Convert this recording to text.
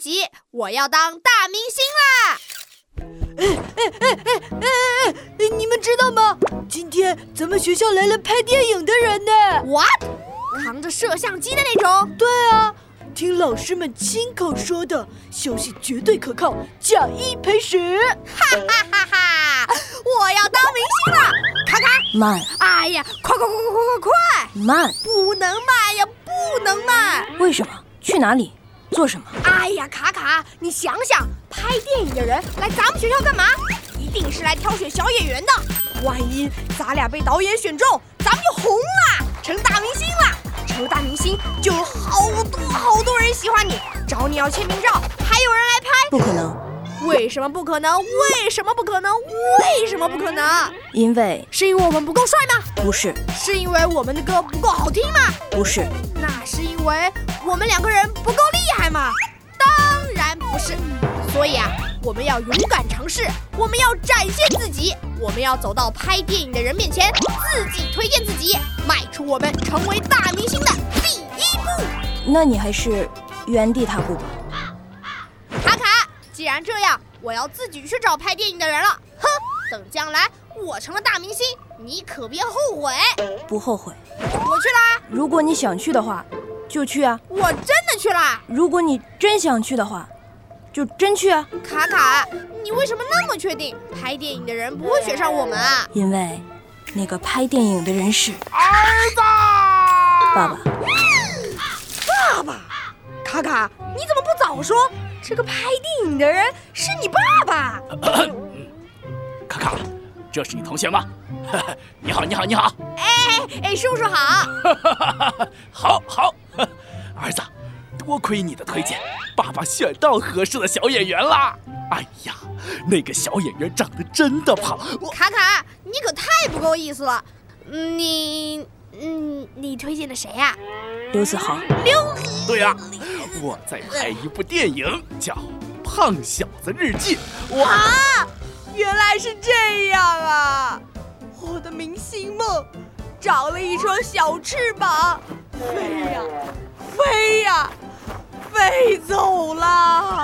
起，我要当大明星啦！ 你们知道吗？今天咱们学校来了拍电影的人呢。 What？ 扛着摄像机的那种？ 对啊，听老师们亲口说的，消息绝对可靠，假1赔10。 哈哈哈哈！我要当明星了！卡卡， 慢！ 哎呀，快！ 慢！ 不能慢呀，不能慢！ 为什么？去哪里？做什么？ 哎呀，卡卡，你想想，拍电影的人来咱们学校干嘛？一定是来挑选小演员的。万一咱俩被导演选中，咱们就红了，成大明星了。成了大明星，就有好多人喜欢你，找你要签名照，还有人来拍。 不可能！ 为什么不可能？为什么不可能？为什么不可能？ 是因为我们不够帅吗？ 不是。 是因为我们的歌不够好听吗？ 不是。 那是因为我们2个人不够厉害吗？当然不是。所以啊，我们要勇敢尝试，我们要展现自己，我们要走到拍电影的人面前，自己推荐自己，迈出我们成为大明星的第1步。 那你还是原地踏步吧。 卡卡，既然这样，我要自己去找拍电影的人了。哼，等将来我成了大明星，你可别后悔。 不后悔。 我去啦。 如果你想去的话，就去啊。 我真的去啦。 如果你真想去的话，就真去啊。 卡卡，你为什么那么确定拍电影的人不会选上我们啊？ 因为那个拍电影的人是儿子。 爸爸。 爸爸，卡卡，你怎么不早说？这个拍电影的人是你爸爸。 卡卡，这是你同学吗？你好。 哎，叔叔好。 好，儿子，多亏你的推荐，爸爸选到合适的小演员啦。哎呀，那个小演员长得真的胖。 卡卡，你可太不够意思了。你推荐的谁呀？ 刘子豪。 对啊，我在拍一部电影叫《胖小子日记》。 哇，原来是这样啊！我的明星梦长了一双小翅膀，飞呀，飞走了。